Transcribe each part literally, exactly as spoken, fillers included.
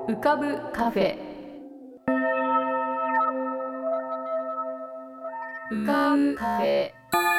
浮かぶカフェ。浮かぶカフェ。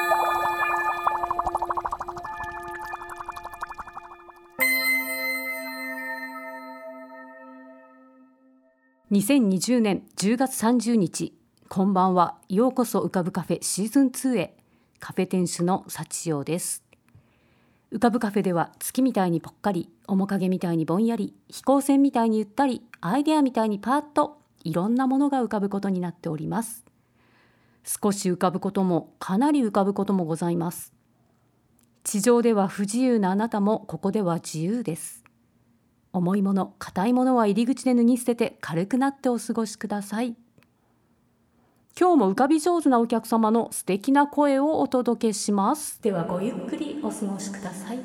にせんにじゅうねんじゅうがつさんじゅうにち、こんばんは。ようこそ浮かぶカフェシーズンツーへ。カフェ店主の幸代です。浮かぶカフェでは、月みたいにぽっかり、面影みたいにぼんやり、飛行船みたいにゆったり、アイデアみたいにパーッと、いろんなものが浮かぶことになっております。少し浮かぶことも、かなり浮かぶこともございます。地上では不自由なあなたも、ここでは自由です。重いもの、硬いものは入り口で脱ぎ捨てて、軽くなってお過ごしください。今日も浮かび上手なお客様の素敵な声をお届けします。ではごゆっくりお過ごしください。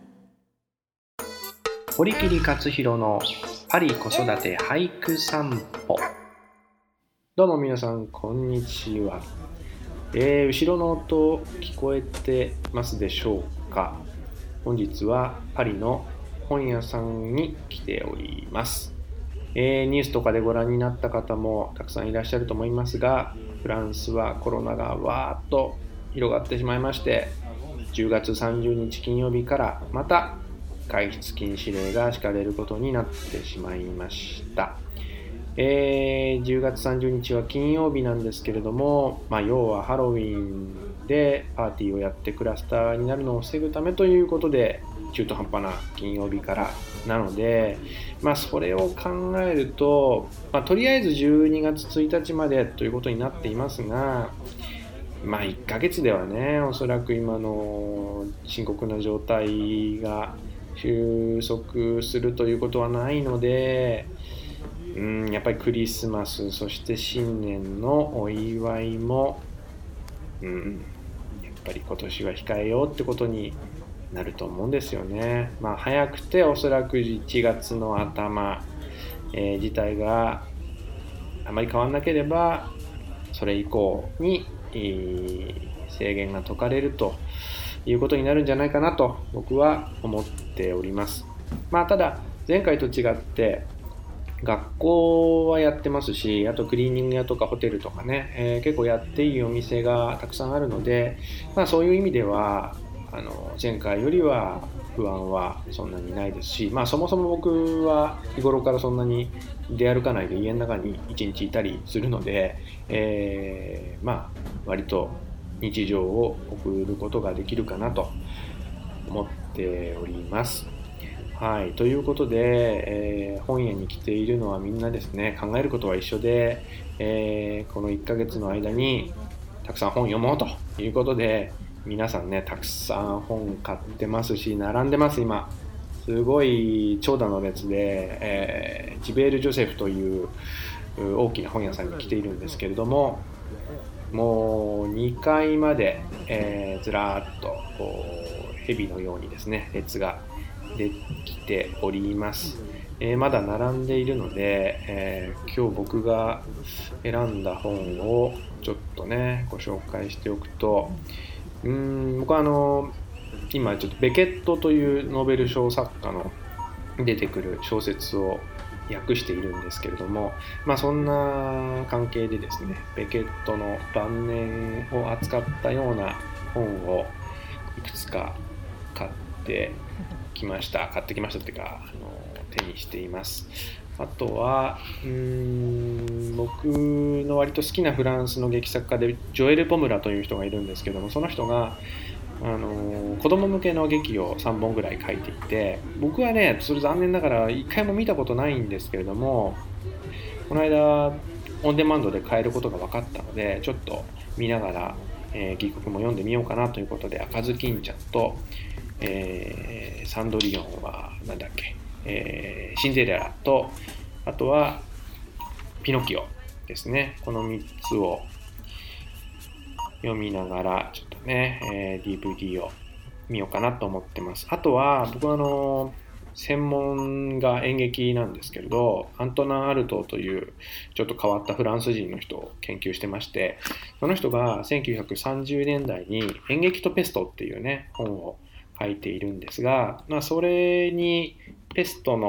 堀切勝弘のパリ子育て俳句散歩。どうも皆さんこんにちは。えー、後ろの音聞こえてますでしょうか。本日はパリの本屋さんに来ております。えー、ニュースとかでご覧になった方もたくさんいらっしゃると思いますが、フランスはコロナがわーっと広がってしまいまして、じゅうがつさんじゅうにち金曜日からまた外出禁止令が敷かれることになってしまいました。えー、じゅうがつさんじゅうにちは金曜日なんですけれども、まあ、要はハロウィンでパーティーをやってクラスターになるのを防ぐためということで、中途半端な金曜日からなので、まあ、それを考えると、まあ、とりあえずじゅうにがつついたちまでということになっていますが、まあ、いっかげつではね、おそらく今の深刻な状態が収束するということはないので、うん、やっぱりクリスマス、そして新年のお祝いも、うん、やっぱり今年は控えようってことになると思うんですよね。まあ、早くておそらくいちがつの頭、えー、事態があまり変わらなければそれ以降に、えー、制限が解かれるということになるんじゃないかなと僕は思っております。まあ、ただ前回と違って学校はやってますし、あとクリーニング屋とかホテルとかね、えー、結構やっていいお店がたくさんあるので、まあ、そういう意味ではあの前回よりは不安はそんなにないですし、まあ、そもそも僕は日頃からそんなに出歩かないで家の中に一日いたりするので、えー、まあ割と日常を送ることができるかなと思っております。はい、ということで、えー、本屋に来ているのはみんなですね、考えることは一緒で、えー、このいっかげつの間にたくさん本読もうということで、皆さんね、たくさん本買ってますし、並んでます。今すごい長蛇の列で、えー、ジベール・ジョセフという大きな本屋さんに来ているんですけれども、もうにかいまで、えー、ずらーっとこう蛇のようにですね、列ができております。えー、まだ並んでいるので、えー、今日僕が選んだ本をちょっとねご紹介しておくと、うーん僕はあの今ちょっとベケットというノーベル賞作家の出てくる小説を訳しているんですけれども、まあ、そんな関係でですね、ベケットの晩年を扱ったような本をいくつか買ってきました買ってきましたっていうか、あの手にしています。あとはうーん僕の割と好きなフランスの劇作家でジョエル・ポムラという人がいるんですけども、その人があの子供向けの劇をさんぼんぐらい書いていて、僕はねそれ残念ながらいっかいも見たことないんですけれども、この間オンデマンドで買えることが分かったので、ちょっと見ながら、えー、戯曲も読んでみようかなということで、赤ずきんちゃんと、えー、サンドリヨンはなんだっけ、えー、シンデレラと、あとはピノキオですね、このみっつを読みながらちょっとね、えー、ディーブイディー を見ようかなと思ってます。あとは僕はあの専門が演劇なんですけれど、アントナン・アルトーというちょっと変わったフランス人の人を研究してまして、その人がせんきゅうひゃくさんじゅうねんだいに演劇とペストっていうね本を書いているんですが、まあ、それにペストの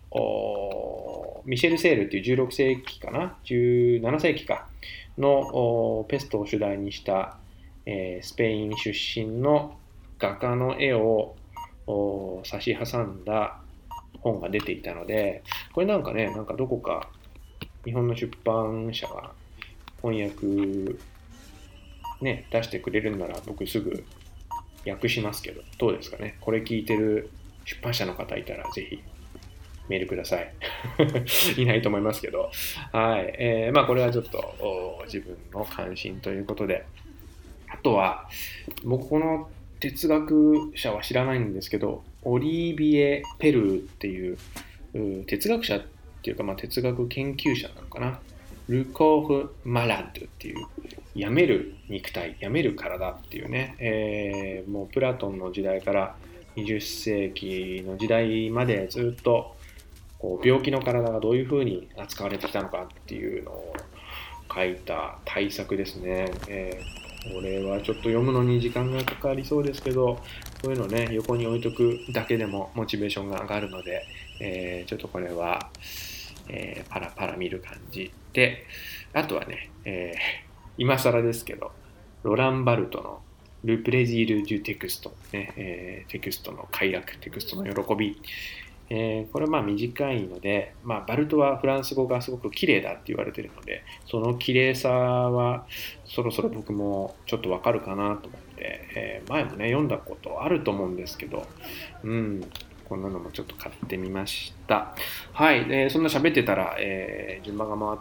ミシェル・セールっていうじゅうろくせいきかな、じゅうななせいきかのペストを主題にした、えー、スペイン出身の画家の絵を差し挟んだ本が出ていたので、これなんかね、なんかどこか日本の出版社が翻訳ね、出してくれるんなら僕すぐ訳しますけど、どうですかね。これ聞いてる出版社の方いたらぜひメールください。いないと思いますけど。はい。えー、まあこれはちょっと自分の関心ということで。あとは、僕この哲学者は知らないんですけど、オリビエ・ペルーっていう哲学者っていうか、まあ、哲学研究者なのかな。ルコーフ・マラッドっていう、病める肉体、病める体っていうね、えー、もうプラトンの時代からにじゅっせいきの時代までずっとこう病気の体がどういうふうに扱われてきたのかっていうのを書いた大作ですね。えー、これはちょっと読むのに時間がかかりそうですけど、そういうのね、横に置いとくだけでもモチベーションが上がるので、えー、ちょっとこれは、えー、パラパラ見る感じで、あとはね、えー、今更ですけど、ロラン・バルトのル・プレジール・デュ・テクスト、ねえー、テクストの快楽、テクストの喜び、えー、これはまあ短いので、まあ、バルトはフランス語がすごく綺麗だって言われているので、その綺麗さはそろそろ僕もちょっとわかるかなと思って、えー、前もね読んだことあると思うんですけど、うん、こんなのもちょっと買ってみました。はい、えー、そんな喋ってたら、えー、順番が回って、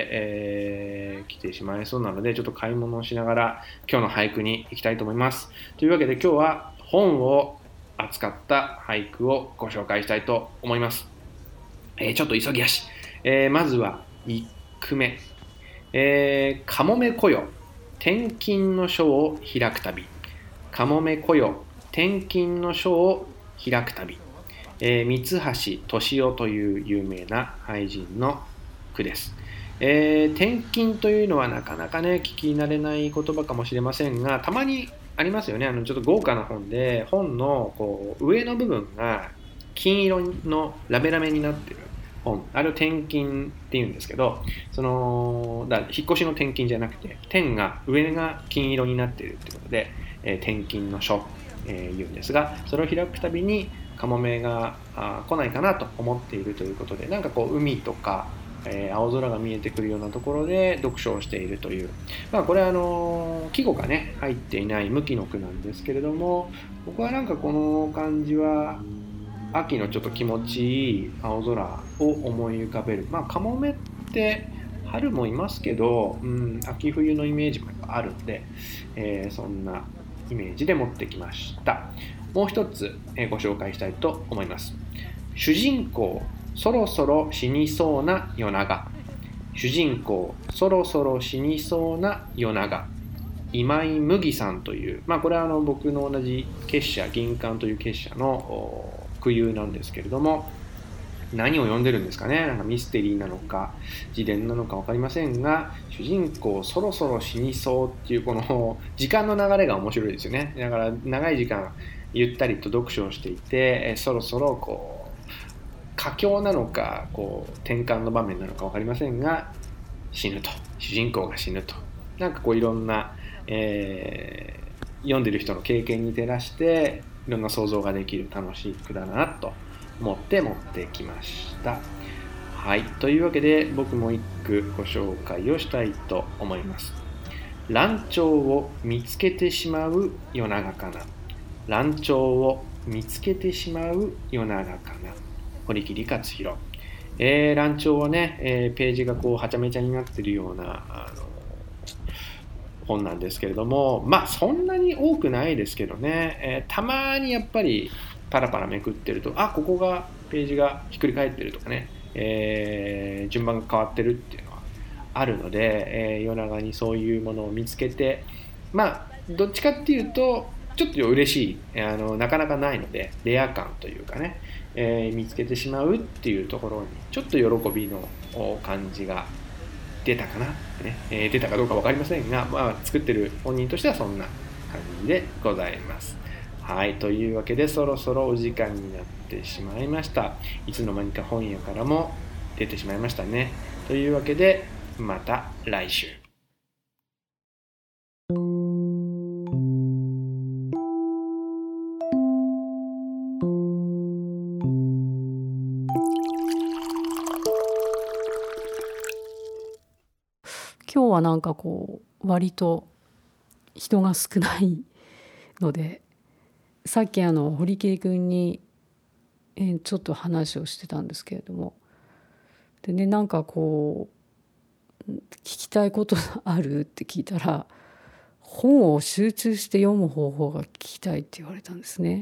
えー、来てしまいそうなので、ちょっと買い物をしながら今日の俳句に行きたいと思います。というわけで今日は本を扱った俳句をご紹介したいと思います。えー、ちょっと急ぎ足。えー、まずはいっくめ。えー、かもめこよ、転勤の書を開く旅。かもめこよ、転勤の書を開く旅。えー、三橋敏夫という有名な俳人の句です。えー、転勤というのはなかなかね、聞き慣れない言葉かもしれませんが、たまにありますよね。あのちょっと豪華な本で、本のこう上の部分が金色のラメラメになってる本、あれを転勤っていうんですけど、そのだ引っ越しの転勤じゃなくて、点が上が金色になっているってことで、えー、転勤の書、えー、言うんですが、それを開くたびにカモメがあ来ないかなと思っているということで、なんかこう海とかえー、青空が見えてくるようなところで読書をしているという、まあ、これはあの季語がね入っていない無記の句なんですけれども、僕はなんかこの感じは秋のちょっと気持ちいい青空を思い浮かべる。まあカモメって春もいますけど、うん、秋冬のイメージもあるので、えー、そんなイメージで持ってきました。もう一つ、えー、ご紹介したいと思います。主人公そろそろ死にそうな夜長。主人公そろそろ死にそうな夜長。今井麦さんという、まあこれはあの僕の同じ結社、銀冠という結社の句遊なんですけれども、何を読んでるんですかね。なんかミステリーなのか自伝なのか分かりませんが、主人公そろそろ死にそうっていうこの時間の流れが面白いですよね。だから長い時間ゆったりと読書をしていて、そろそろこう佳境なのかこう転換の場面なのか分かりませんが、死ぬと、主人公が死ぬと、なんかこういろんな、えー、読んでる人の経験に照らしていろんな想像ができる楽しい句だなと思って持ってきました。はい、というわけで僕も一句ご紹介をしたいと思います。乱調を見つけてしまう夜長かな。乱調を見つけてしまう夜長かな。堀切勝弘。えー、乱調はね、えー、ページがこうはちゃめちゃになってるようなあの本なんですけれども、まあそんなに多くないですけどね、えー、たまにやっぱりパラパラめくってると、あ、ここがページがひっくり返ってるとかね、えー、順番が変わってるっていうのはあるので、えー、夜長にそういうものを見つけて、まあどっちかっていうとちょっと嬉しい、あのなかなかないのでレア感というかね、えー、見つけてしまうっていうところにちょっと喜びの感じが出たかな、ねえー、出たかどうか分かりませんが、まあ、作ってる本人としてはそんな感じでございます。 はい、というわけでそろそろお時間になってしまいました。いつの間にか本屋からも出てしまいましたね。というわけでまた来週。 今日はなんかこう割と人が少ないので、さっきあの堀圭君に、えーちょっと話をしてたんですけれども、でね、なんかこう聞きたいことあるって聞いたら、本を集中して読む方法が聞きたいって言われたんですね。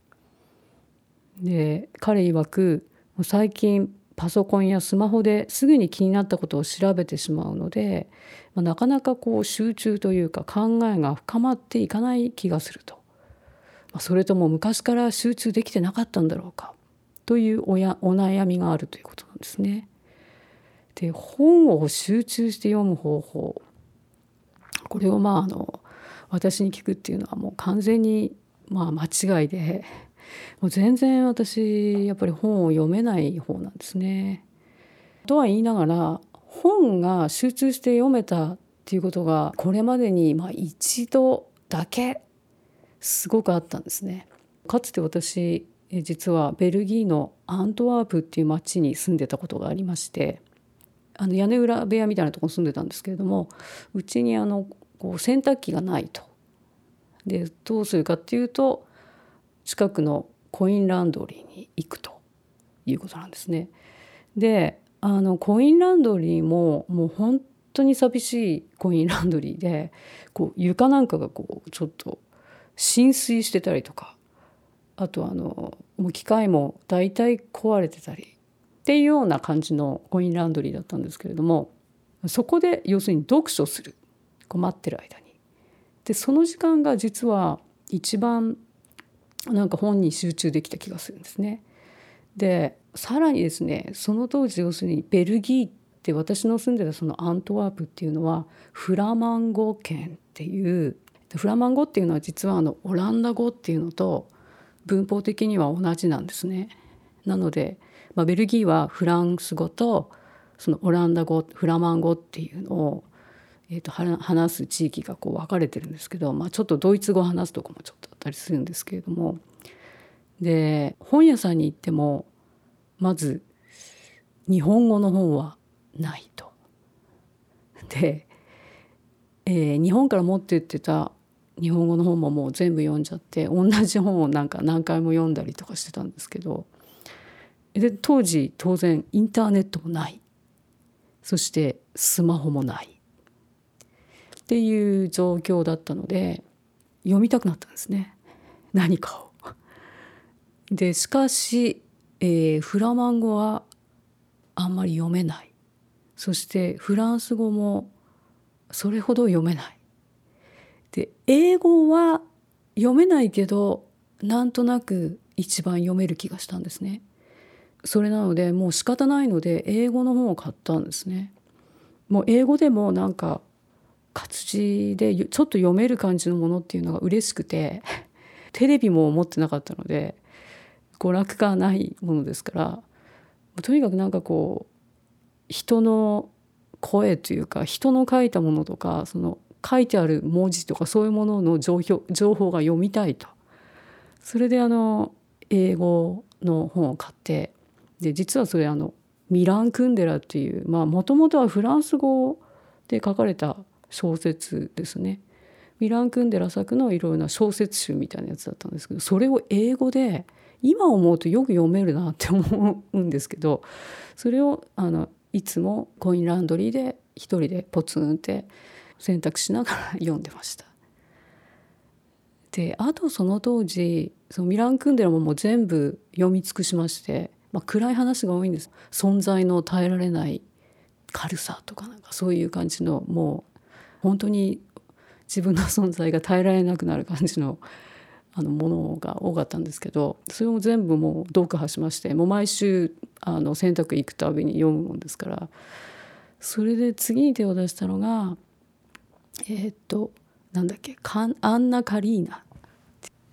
で彼曰く、最近パソコンやスマホですぐに気になったことを調べてしまうので、まあなかなかこう集中というか考えが深まっていかない気がすると、まあそれとも昔から集中できてなかったんだろうかというおやお悩みがあるということなんですね。で本を集中して読む方法、これをまああの私に聞くっていうのはもう完全にまあ間違いで、もう全然私やっぱり本を読めない方なんですね。とは言いながら、本が集中して読めたっていうことがこれまでにまあ一度だけすごくあったんですね。かつて私実はベルギーのアントワープっていう町に住んでたことがありまして、あの屋根裏部屋みたいなところに住んでたんですけれども、うちにあのこう洗濯機がないと。でどうするかっていうと、近くのコインランドリーに行くということなんですね。であのコインランドリーももう本当に寂しいコインランドリーで、こう床なんかがこうちょっと浸水してたりとか、あとあのもう機械も大体壊れてたりっていうような感じのコインランドリーだったんですけれども、そこで要するに読書する、こう待ってる間に、でその時間が実は一番なんか本に集中できた気がするんですね。でさらにですね、その当時要するにベルギーって私の住んでたそのアントワープっていうのはフラマン語圏っていう、フラマン語っていうのは実はあのオランダ語っていうのと文法的には同じなんですね。なので、まあ、ベルギーはフランス語とそのオランダ語フラマン語っていうのを、えー、と話す地域がこう分かれてるんですけど、まあ、ちょっとドイツ語を話すとこもちょっとあったりするんですけれども、で本屋さんに行ってもまず日本語の本はないと。で、えー、日本から持ってってた日本語の本ももう全部読んじゃって、同じ本をなんか何回も読んだりとかしてたんですけど、で当時当然インターネットもない、そしてスマホもないっていう状況だったので、読みたくなったんですね、何かを。でしかし、えー、フラマン語はあんまり読めない、そしてフランス語もそれほど読めない。で英語は読めないけどなんとなく一番読める気がしたんですね。それなのでもう仕方ないので英語の本を買ったんですね。もう英語でもなんか活字でちょっと読める感じのものっていうのが嬉しくて、テレビも持ってなかったので娯楽がないものですから、とにかくなんかこう人の声というか人の書いたものとか、その書いてある文字とかそういうものの情報、情報が読みたいと。それであの英語の本を買って、で実はそれあのミラン・クンデラっていう、まあもともとはフランス語で書かれた小説ですね。ミラン・クンデラ作のいろいろな小説集みたいなやつだったんですけど、それを英語で今思うとよく読めるなって思うんですけど、それをあのいつもコインランドリーで一人でポツンって洗濯しながら読んでました。であとその当時そのミラン・クンデラももう全部読み尽くしまして、まあ、暗い話が多いんです。存在の耐えられない軽さとかなんかそういう感じの、もう本当に自分の存在が耐えられなくなる感じのあのものが多かったんですけど、それを全部もう読破しまして、もう毎週あの洗濯行くたびに読むもんですから、それで次に手を出したのがえー、っとなんだっけアンナ・カリーナ、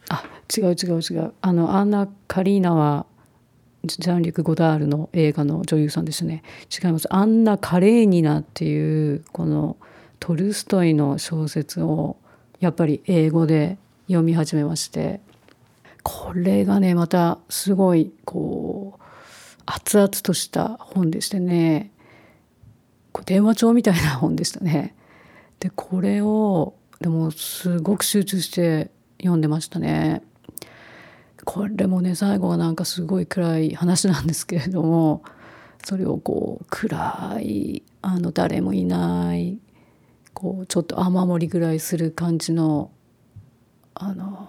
あ、違う違う違う。あのアンナ・カリーナはジャンリュク・ゴダールの映画の女優さんですね。違います。アンナ・カレーニナっていうこのトルストイの小説をやっぱり英語で読み始めまして、これがねまたすごいこう熱々とした本でしてね、こう電話帳みたいな本でしたね。でこれをでもすごく集中して読んでましたね。これもね最後はなんかすごい暗い話なんですけれども、それをこう暗いあの誰もいないこうちょっと雨漏りぐらいする感じのあの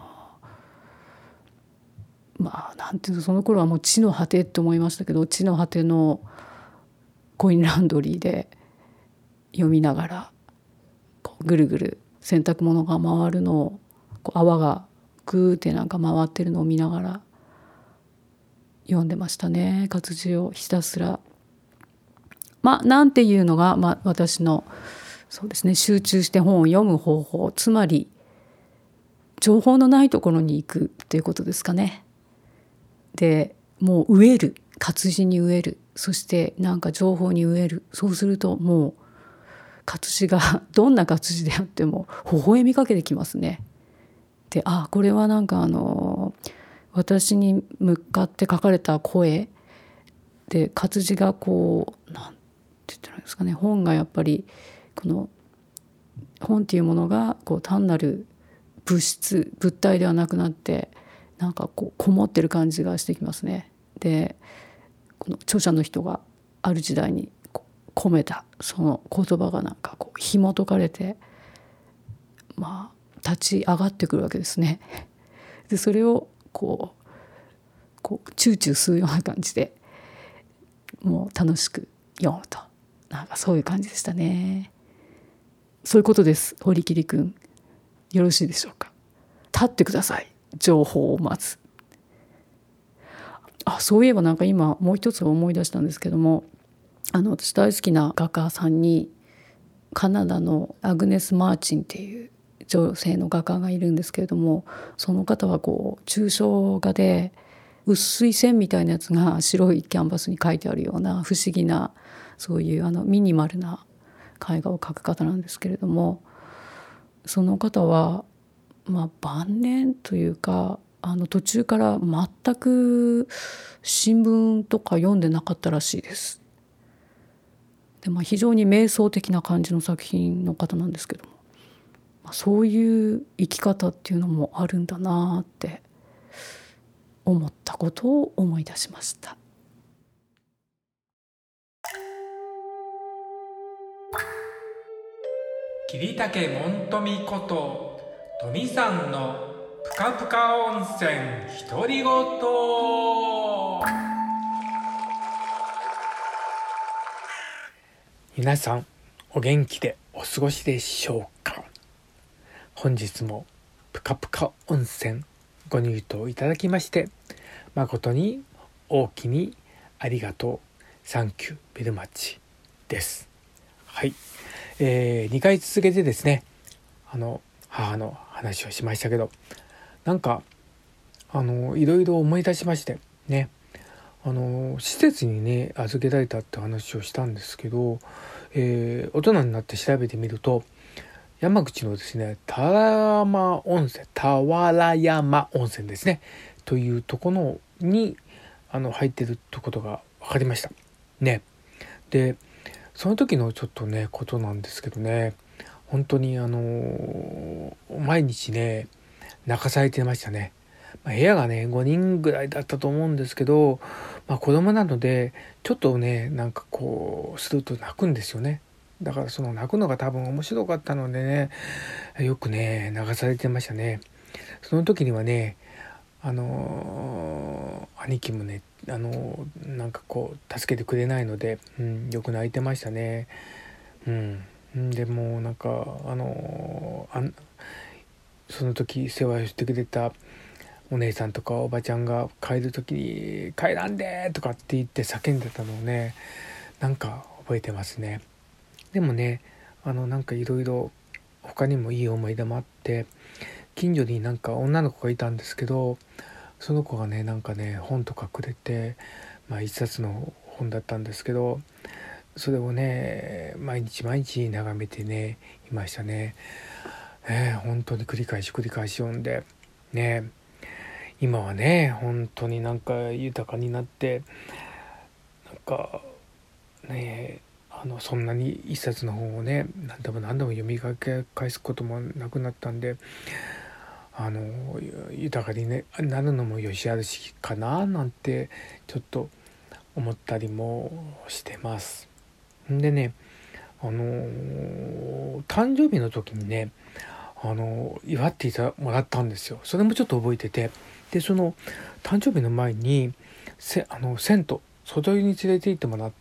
まあなんていうの、その頃はもう地の果てって思いましたけど、地の果てのコインランドリーで読みながらこうぐるぐる洗濯物が回るのをこう泡がグーってなんか回ってるのを見ながら読んでましたね。活字をひたすらまあなんていうのが、まあ、私のそうですね集中して本を読む方法、つまり情報のないところに行くっていうことですかね。でもう飢える、活字に飢える、そしてなんか情報に飢える。そうするともう活字がどんな活字であっても微笑みかけてきますね。で、あ、これはなんかあの私に向かって書かれた声で、活字がこうなんて言ったらいいんですかね、本がやっぱりこの本っていうものがこう単なる物質物体ではなくなってなんかこうこもってる感じがしてきますね。でこの著者の人がある時代に込めたその言葉がなんかこう紐解かれてまあ立ち上がってくるわけですね。でそれをこうこうチューチュー吸うような感じでもう楽しく読むと、なんかそういう感じでしたね。そういうことです。堀切くん、よろしいでしょうか。立ってください、情報を待つ。あ、そういえばなんか今もう一つ思い出したんですけども、あの私大好きな画家さんにカナダのアグネス・マーチンっていう女性の画家がいるんですけれども、その方はこう抽象画で薄い線みたいなやつが白いキャンバスに描いてあるような不思議なそういうあのミニマルな絵画を描く方なんですけれども、その方はまあ晩年というかあの途中から全く新聞とか読んでなかったらしいです。で、まあ、非常に瞑想的な感じの作品の方なんですけども、まあ、そういう生き方っていうのもあるんだなって思ったことを思い出しました。 桐竹門富こと富さんのぷかぷか温泉独り言。皆さんお元気でお過ごしでしょうか。本日もぷかぷか温泉ご入湯いただきまして誠に大きにありがとう、サンキューベルマッチです。はい、えー、にかい続けてですね、あの母の話をしましたけど、なんかあのいろいろ思い出しましてね、あの施設にね預けられたって話をしたんですけど、えー、大人になって調べてみると山口のですね田山温泉田原山温泉ですねというところにあの入ってるってことが分かりましたね。でその時のちょっとねことなんですけどね、本当にあの毎日ね泣かされてましたね。まあ、部屋がねごにんぐらいだったと思うんですけど、まあ、子供なのでちょっとねなんかこうすると泣くんですよね。だからその泣くのが多分面白かったのでね、よくね泣かされてましたね。その時にはねあのー、兄貴もねあのー、なんかこう助けてくれないので、うん、よく泣いてましたね。うん、でもなんかあのー、あその時世話をしてくれたお姉さんとかおばちゃんが帰る時に帰らんでとかって言って叫んでたのをねなんか覚えてますね。でもねあのなんかいろいろ他にもいい思い出もあって、 近所になんか女の子がいたんですけど、その子がねなんかね本とかくれて、まあ一冊の本だったんですけど、それをね毎日毎日眺めてねいましたね。えー、本当に繰り返し繰り返し読んでね、今はね本当になんか豊かになって、なんかねあのそんなに一冊の本をね何度も何度も読み返すこともなくなったんで、あの豊かに、ね、なるのもよしあるしかななんてちょっと思ったりもしてます。でね、あのー、誕生日の時にね、あのー、祝っていたもらったんですよ。それもちょっと覚えてて、でその誕生日の前にせあの銭湯外湯に連れて行ってもらって、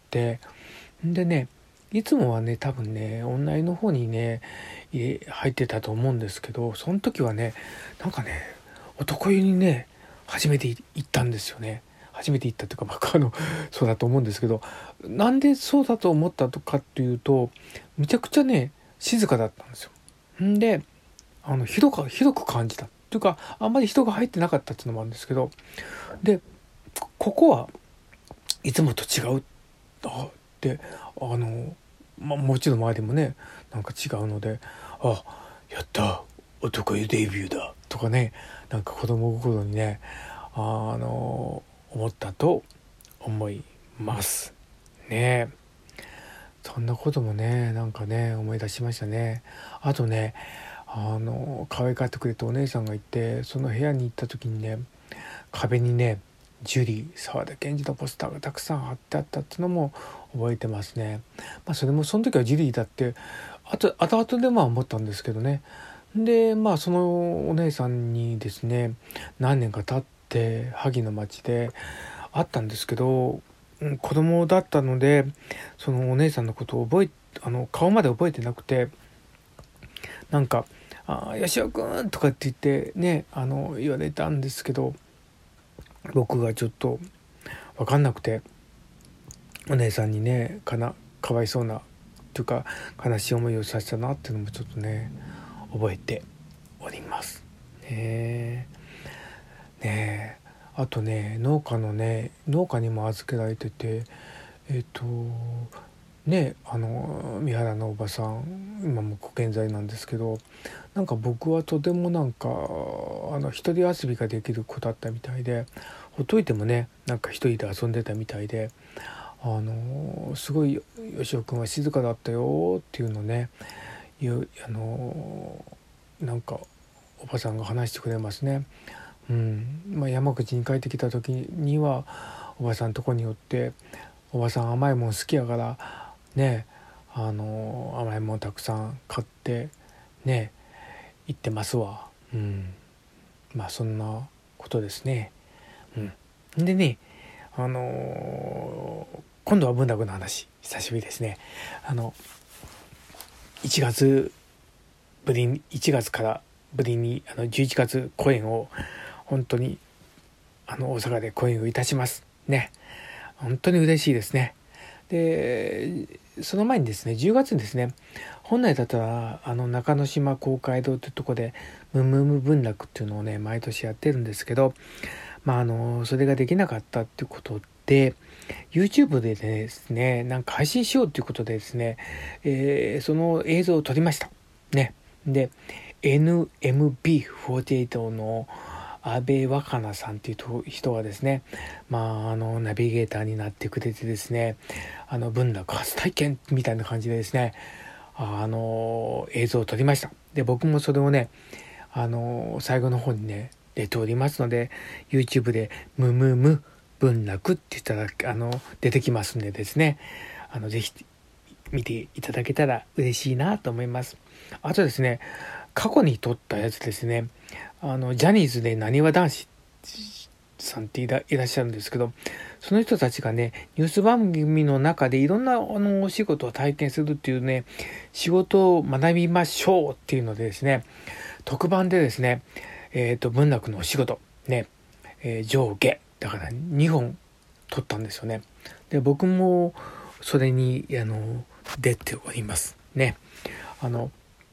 でねいつもはね多分ね女湯の方にね入ってたと思うんですけど、その時はねなんかね男湯にね初めて行ったんですよね。初めて行ったというか、まあ、あのそうだと思うんですけど、なんでそうだと思ったかっていうと、めちゃくちゃね静かだったんですよ。んであの広く広く感じたというか、あんまり人が入ってなかったっていうのもあるんですけど、でここはいつもと違うあってあの、まあ、もちろん周りもねなんか違うので、あやった男湯デビューだとかね、なんか子供心にねあの思ったと思いますね。そんなこともねなんかね思い出しましたね。あとねあの可愛がってくれたお姉さんがいて、その部屋に行った時にね壁にねジュリー沢田研二のポスターがたくさん貼ってあったっていうのも覚えてますね。まあそれもその時はジュリーだってあと後々でまあ思ったんですけどね。でまあそのお姉さんにですね何年か経って萩の町で会ったんですけど、うん、子供だったのでそのお姉さんのことを覚えあの顔まで覚えてなくて、なんか「あ吉尾くん」とかって言ってねあの言われたんですけど、僕がちょっと分かんなくてお姉さんにねかなかわいそうなというか悲しい思いをさせたなっていうのもちょっとね覚えておりますね。ねえあとね農家のね農家にも預けられてて、えっとねあの三原のおばさん今もご健在なんですけど、なんか僕はとてもなんかあの一人遊びができる子だったみたいで、ほっといてもねなんか一人で遊んでたみたいで、あのすごい吉尾くんは静かだったよっていうのねいうあのなんかおばさんが話してくれますね。うんまあ、山口に帰ってきた時にはおばさんとこに寄って、おばさん甘いもん好きやからねあの甘いもんたくさん買ってね行ってますわ。うんまあそんなことですね。うんでねあのー、今度は文楽の話久しぶりですね。あのいちがつぶりにいちがつからぶりにあのじゅういちがつ公演を本当にあの大阪で公演をいたしますね。本当に嬉しいですね。でその前にですねじゅうがつにですね本来だったらあの中之島公会堂というところでムムム文楽っていうのをね毎年やってるんですけど、まああのそれができなかったっていうことで YouTube でですねなんか配信しようということでですね、えー、その映像を撮りましたね。で エヌエムビーフォーティーエイト の安倍若菜さんっていう人がですね、まあ、あのナビゲーターになってくれてですね、あの文楽初体験みたいな感じでですねあの映像を撮りました。で僕もそれをねあの最後の方にね出ておりますので YouTube でムムム文楽って言ったらあの出てきますんでですね、あのぜひ見ていただけたら嬉しいなと思います。あとですね過去に撮ったやつですね、あのジャニーズでなにわ男子さんってい ら, いらっしゃるんですけど、その人たちがねニュース番組の中でいろんなあのお仕事を体験するっていうね仕事を学びましょうっていうのでですね特番でですねえっ、ー、と文楽のお仕事ね、えー、上下だからにほん撮ったんですよね。で僕もそれにあの出ておりますね。あの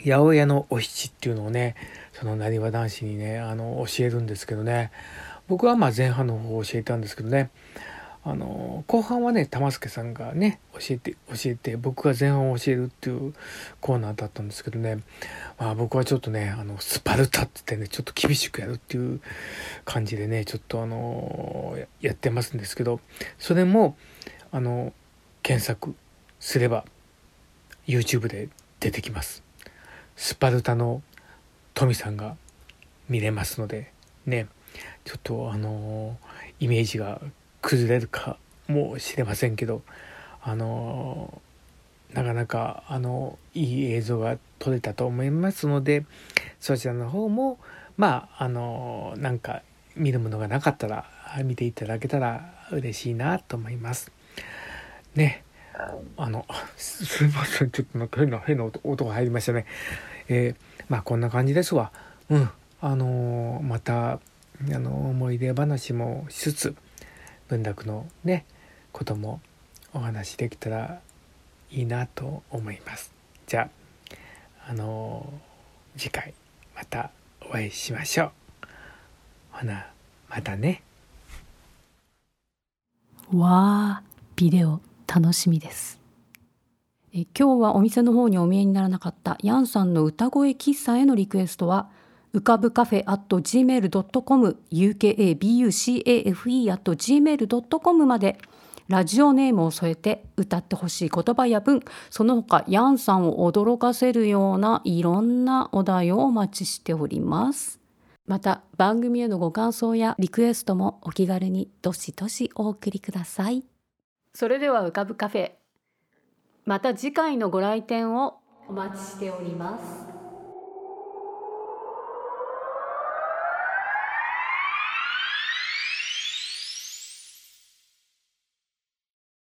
八百屋のお七っていうのをね、そのなにわ男子にねあの教えるんですけどね、僕はまあ前半の方を教えたんですけどね、あの後半はね玉助さんがね教えて教えて僕が前半を教えるっていうコーナーだったんですけどね、まあ、僕はちょっとねあのスパルタって言ってねちょっと厳しくやるっていう感じでねちょっとあのやってますんですけど、それもあの検索すれば YouTube で出てきます。スパルタのトミさんが見れますのでね、ちょっとあのイメージが崩れるかもしれませんけど、あのなかなかあのいい映像が撮れたと思いますので、そちらの方もまああのなんか見るものがなかったら見ていただけたら嬉しいなと思いますね。あのす, すいません、ちょっとなんか変な変な 音, 音が入りましたね。えー、まあこんな感じですわ。うんあのまたあの思い出話もしつつ文楽のねこともお話できたらいいなと思います。じゃああの次回またお会いしましょう。ほなまたね。 わー、ビデオ楽しみです。え今日はお店の方にお見えにならなかったヤンさんの歌声喫茶へのリクエストはうかぶカフェ アットジーメールドットコム ユーケーエービーユーシーエーエフイー アットジーメールドットコム までラジオネームを添えて歌ってほしい言葉や文、その他ヤンさんを驚かせるようないろんなお題をお待ちしております。また番組へのご感想やリクエストもお気軽にどしどしお送りください。それではうかぶカフェ、また次回のご来店をお待ちしております。